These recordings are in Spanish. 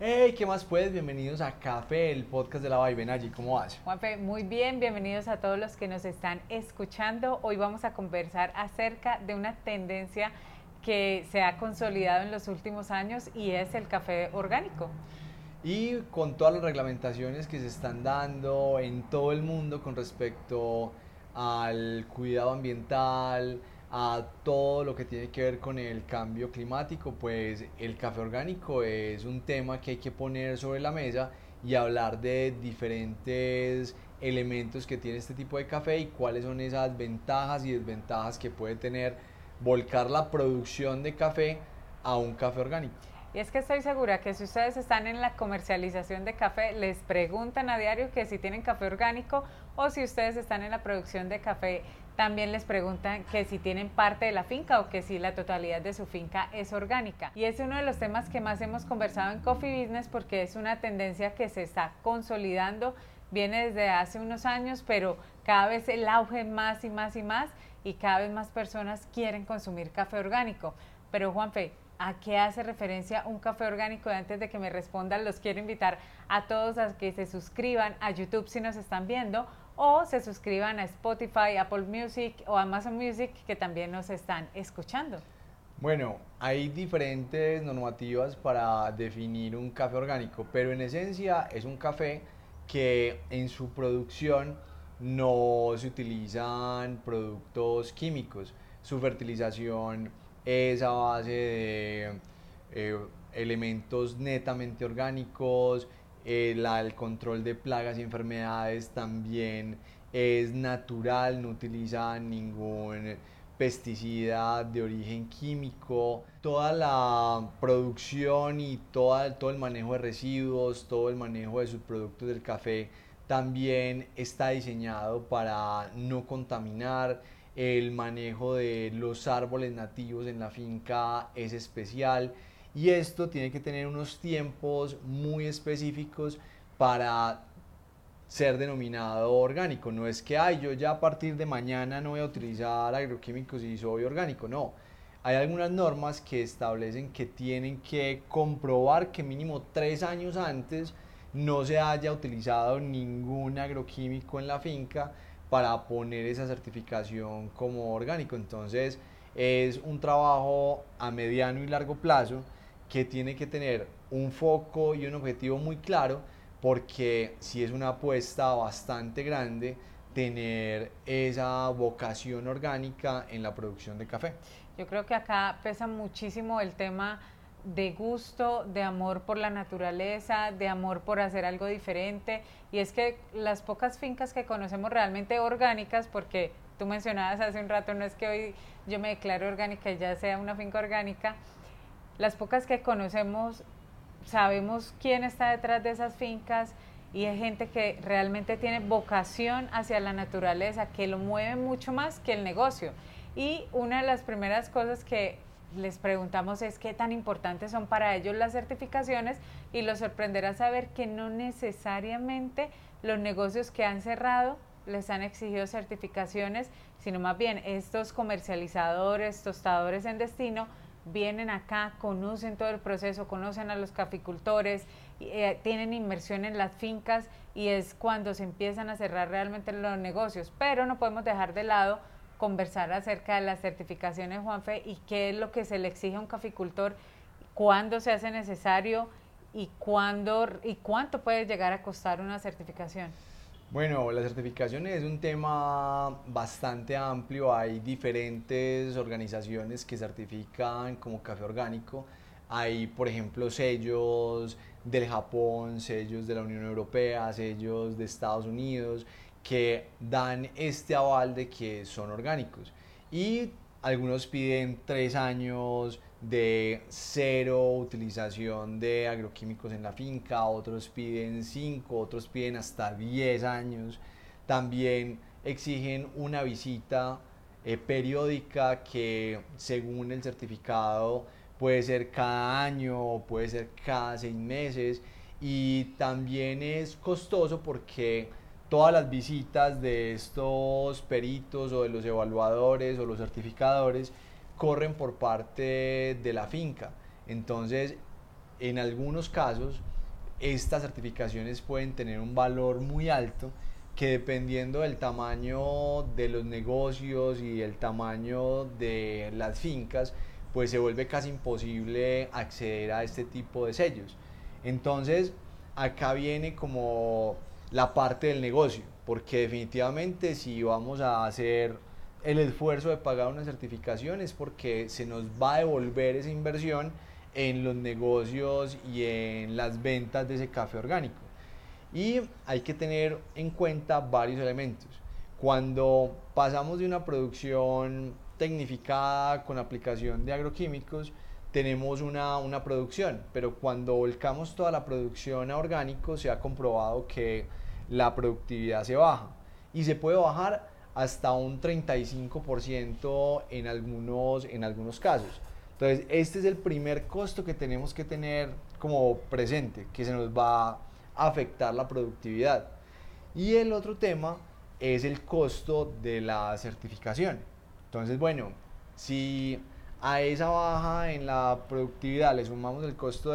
Hey, ¿qué más pues? Bienvenidos a Café, el podcast de la Vaivén allí, ¿cómo vas? Juanfe, muy bien, bienvenidos a todos los que nos están escuchando. Hoy vamos a conversar acerca de una tendencia que se ha consolidado en los últimos años y es el café orgánico. Y con todas las reglamentaciones que se están dando en todo el mundo con respecto al cuidado ambiental, a todo lo que tiene que ver con el cambio climático, pues el café orgánico es un tema que hay que poner sobre la mesa y hablar de diferentes elementos que tiene este tipo de café y cuáles son esas ventajas y desventajas que puede tener volcar la producción de café a un café orgánico. Y es que estoy segura que si ustedes están en la comercialización de café, les preguntan a diario que si tienen café orgánico, o si ustedes están en la producción de café, también les preguntan que si tienen parte de la finca o que si la totalidad de su finca es orgánica. Y es uno de los temas que más hemos conversado en Coffee Business porque es una tendencia que se está consolidando, viene desde hace unos años, pero cada vez el auge más y más y más, y cada vez más personas quieren consumir café orgánico. Pero Juanfe, ¿a qué hace referencia un café orgánico? Y antes de que me respondan, los quiero invitar a todos a que se suscriban a YouTube si nos están viendo, o se suscriban a Spotify, Apple Music o Amazon Music, que también nos están escuchando. Bueno, hay diferentes normativas para definir un café orgánico, pero en esencia es un café que en su producción no se utilizan productos químicos. Su fertilización es a base de eh, elementos netamente orgánicos, el control de plagas y enfermedades también es natural, no utilizan ningún pesticida de origen químico, toda la producción y todo el manejo de residuos, todo el manejo de subproductos del café también está diseñado para no contaminar. El manejo de los árboles nativos en la finca es especial y esto tiene que tener unos tiempos muy específicos para ser denominado orgánico. No es que ay, yo ya a partir de mañana no voy a utilizar agroquímicos y soy orgánico. No. Hay algunas normas que establecen que tienen que comprobar que mínimo 3 años antes no se haya utilizado ningún agroquímico en la finca para poner esa certificación como orgánico. Entonces es un trabajo a mediano y largo plazo que tiene que tener un foco y un objetivo muy claro, porque si es una apuesta bastante grande tener esa vocación orgánica en la producción de café. Yo creo que acá pesa muchísimo el tema de gusto, de amor por la naturaleza, de amor por hacer algo diferente. Y es que las pocas fincas que conocemos realmente orgánicas, porque tú mencionabas hace un rato, no es que hoy yo me declare orgánica y ya sea una finca orgánica, las pocas que conocemos sabemos quién está detrás de esas fincas, y hay gente que realmente tiene vocación hacia la naturaleza, que lo mueve mucho más que el negocio. Y una de las primeras cosas que les preguntamos es qué tan importantes son para ellos las certificaciones, y los sorprenderá saber que no necesariamente los negocios que han cerrado les han exigido certificaciones, sino más bien estos comercializadores, tostadores en destino, vienen acá, conocen todo el proceso, conocen a los caficultores, tienen inmersión en las fincas, y es cuando se empiezan a cerrar realmente los negocios. Pero no podemos dejar de lado conversar acerca de las certificaciones, Juanfe, y qué es lo que se le exige a un caficultor, cuándo se hace necesario y cuándo y cuánto puede llegar a costar una certificación. Bueno, la certificación es un tema bastante amplio. Hay diferentes organizaciones que certifican como café orgánico. Hay, por ejemplo, sellos del Japón, sellos de la Unión Europea, sellos de Estados Unidos, que dan este aval de que son orgánicos. Y algunos piden 3 años de cero utilización de agroquímicos en la finca, otros piden 5, otros piden hasta 10 años. También exigen una visita periódica que, según el certificado, puede ser cada año o puede ser cada 6 meses, y también es costoso porque todas las visitas de estos peritos o de los evaluadores o los certificadores corren por parte de la finca. Entonces, en algunos casos estas certificaciones pueden tener un valor muy alto que dependiendo del tamaño de los negocios y el tamaño de las fincas, pues se vuelve casi imposible acceder a este tipo de sellos. Entonces, acá viene como la parte del negocio, porque definitivamente si vamos a hacer el esfuerzo de pagar una certificación es porque se nos va a devolver esa inversión en los negocios y en las ventas de ese café orgánico. Y hay que tener en cuenta varios elementos. Cuando pasamos de una producción tecnificada con aplicación de agroquímicos, tenemos una producción, pero cuando volcamos toda la producción a orgánico se ha comprobado que la productividad se baja y se puede bajar hasta un 35% en algunos casos. Entonces, este es el primer costo que tenemos que tener como presente, que se nos va a afectar la productividad. Y el otro tema es el costo de la certificación. Entonces, bueno, si a esa baja en la productividad le sumamos el costo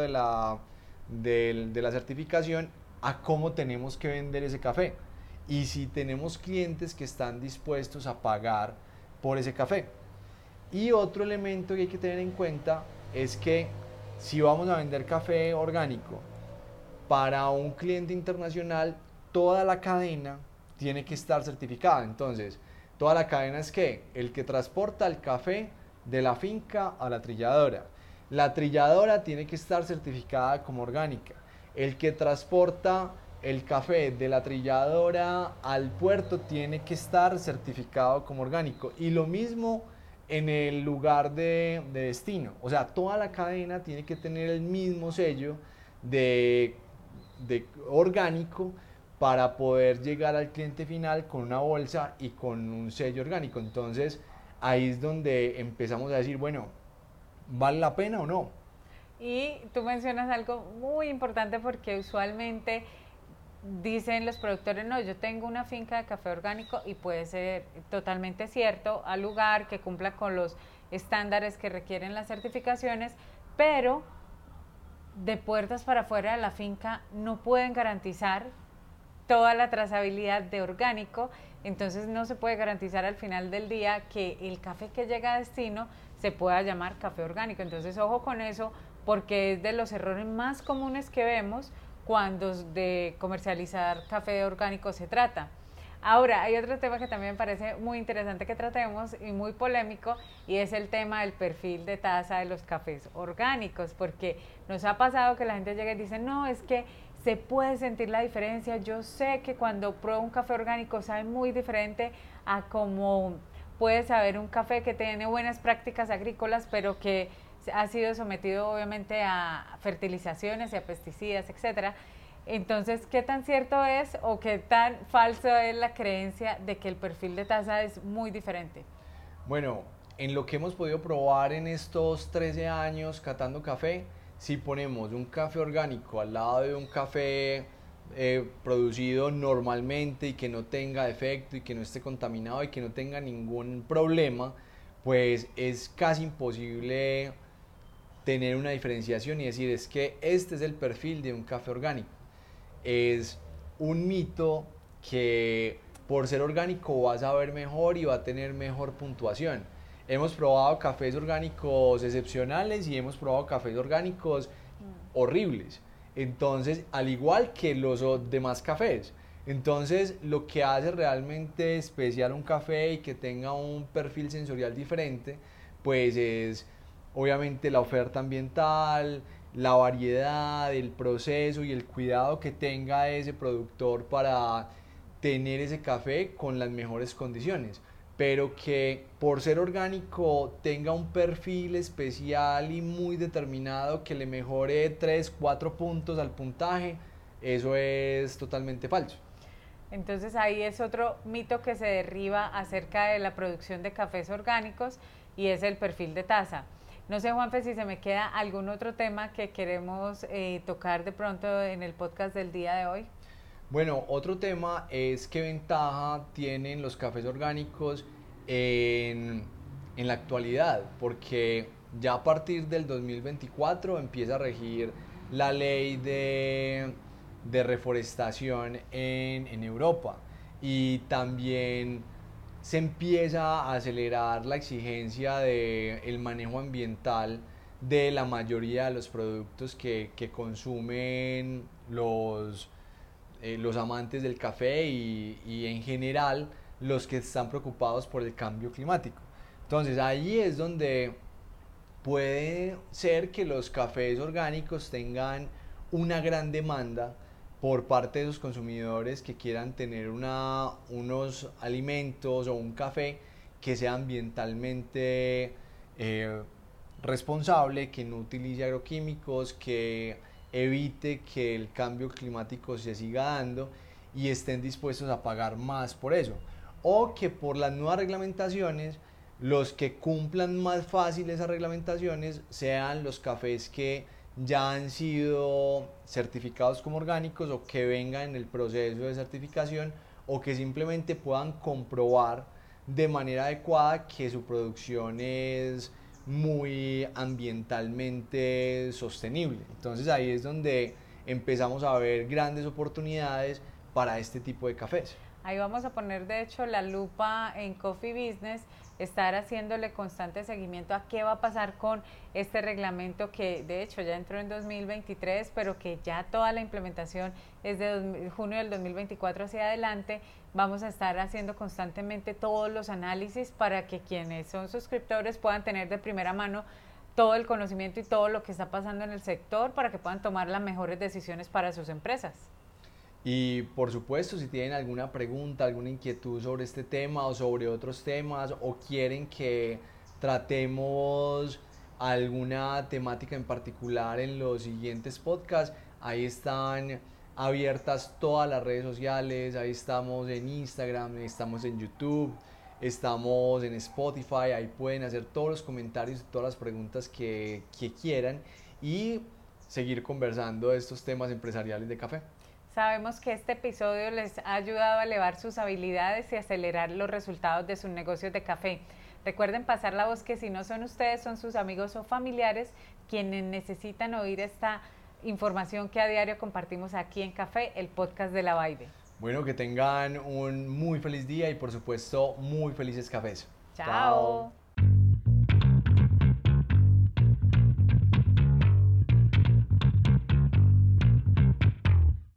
de la certificación, a cómo tenemos que vender ese café. Y si tenemos clientes que están dispuestos a pagar por ese café. Y otro elemento que hay que tener en cuenta es que si vamos a vender café orgánico para un cliente internacional, toda la cadena tiene que estar certificada. Entonces, toda la cadena es que el que transporta el café de la finca a la trilladora. La trilladora tiene que estar certificada como orgánica. El que transporta el café de la trilladora al puerto tiene que estar certificado como orgánico. Y lo mismo en el lugar de destino. O sea, toda la cadena tiene que tener el mismo sello de orgánico para poder llegar al cliente final con una bolsa y con un sello orgánico. Entonces ahí es donde empezamos a decir, bueno, ¿vale la pena o no? Y tú mencionas algo muy importante porque usualmente dicen los productores, no, yo tengo una finca de café orgánico y puede ser totalmente cierto, al lugar que cumpla con los estándares que requieren las certificaciones, pero de puertas para afuera de la finca no pueden garantizar toda la trazabilidad de orgánico, entonces no se puede garantizar al final del día que el café que llega a destino se pueda llamar café orgánico. Entonces ojo con eso porque es de los errores más comunes que vemos cuando de comercializar café orgánico se trata. Ahora, hay otro tema que también me parece muy interesante que tratemos y muy polémico y es el tema del perfil de taza de los cafés orgánicos, porque nos ha pasado que la gente llega y dice, no, es que se puede sentir la diferencia, yo sé que cuando pruebo un café orgánico sabe muy diferente a como puede saber un café que tiene buenas prácticas agrícolas, pero que ha sido sometido obviamente a fertilizaciones y a pesticidas, etcétera. Entonces, ¿qué tan cierto es o qué tan falso es la creencia de que el perfil de taza es muy diferente? Bueno, en lo que hemos podido probar en estos 13 años catando café, si ponemos un café orgánico al lado de un café producido normalmente y que no tenga defecto y que no esté contaminado y que no tenga ningún problema, pues es casi imposible tener una diferenciación y decir es que este es el perfil de un café orgánico. Es un mito que por ser orgánico vas a ver mejor y va a tener mejor puntuación. Hemos probado cafés orgánicos excepcionales y hemos probado cafés orgánicos horribles. Entonces, al igual que los demás cafés. Entonces, lo que hace realmente especial un café y que tenga un perfil sensorial diferente, pues es obviamente la oferta ambiental, la variedad, el proceso y el cuidado que tenga ese productor para tener ese café con las mejores condiciones, pero que por ser orgánico tenga un perfil especial y muy determinado que le mejore 3 4 puntos al puntaje, eso es totalmente falso. Entonces ahí es otro mito que se derriba acerca de la producción de cafés orgánicos y es el perfil de taza. No sé, Juanfe, si se me queda algún otro tema que queremos tocar de pronto en el podcast del día de hoy. Bueno, otro tema es qué ventaja tienen los cafés orgánicos en, en la actualidad, porque ya a partir del 2024 empieza a regir la ley de reforestación en Europa, y también se empieza a acelerar la exigencia del manejo ambiental de la mayoría de los productos que consumen los amantes del café y en general los que están preocupados por el cambio climático. Entonces ahí es donde puede ser que los cafés orgánicos tengan una gran demanda por parte de los consumidores que quieran tener unos alimentos o un café que sea ambientalmente eh, responsable, que no utilice agroquímicos, que evite que el cambio climático se siga dando y estén dispuestos a pagar más por eso. O que por las nuevas reglamentaciones, los que cumplan más fácil esas reglamentaciones sean los cafés que ya han sido certificados como orgánicos o que vengan en el proceso de certificación, o que simplemente puedan comprobar de manera adecuada que su producción es muy ambientalmente sostenible. Entonces ahí es donde empezamos a ver grandes oportunidades para este tipo de cafés. Ahí vamos a poner de hecho la lupa en Coffee Business, estar haciéndole constante seguimiento a qué va a pasar con este reglamento que de hecho ya entró en 2023, pero que ya toda la implementación es de junio del 2024 hacia adelante. Vamos a estar haciendo constantemente todos los análisis para que quienes son suscriptores puedan tener de primera mano todo el conocimiento y todo lo que está pasando en el sector para que puedan tomar las mejores decisiones para sus empresas. Y por supuesto, si tienen alguna pregunta, alguna inquietud sobre este tema o sobre otros temas, o quieren que tratemos alguna temática en particular en los siguientes podcasts, ahí están abiertas todas las redes sociales. Ahí estamos en Instagram, estamos en YouTube, estamos en Spotify. Ahí pueden hacer todos los comentarios y todas las preguntas que quieran, y seguir conversando de estos temas empresariales de café. Sabemos que este episodio les ha ayudado a elevar sus habilidades y acelerar los resultados de sus negocios de café. Recuerden pasar la voz, que si no son ustedes, son sus amigos o familiares quienes necesitan oír esta información que a diario compartimos aquí en Café, el podcast de La Vibe. Bueno, que tengan un muy feliz día y por supuesto muy felices cafés. Chao.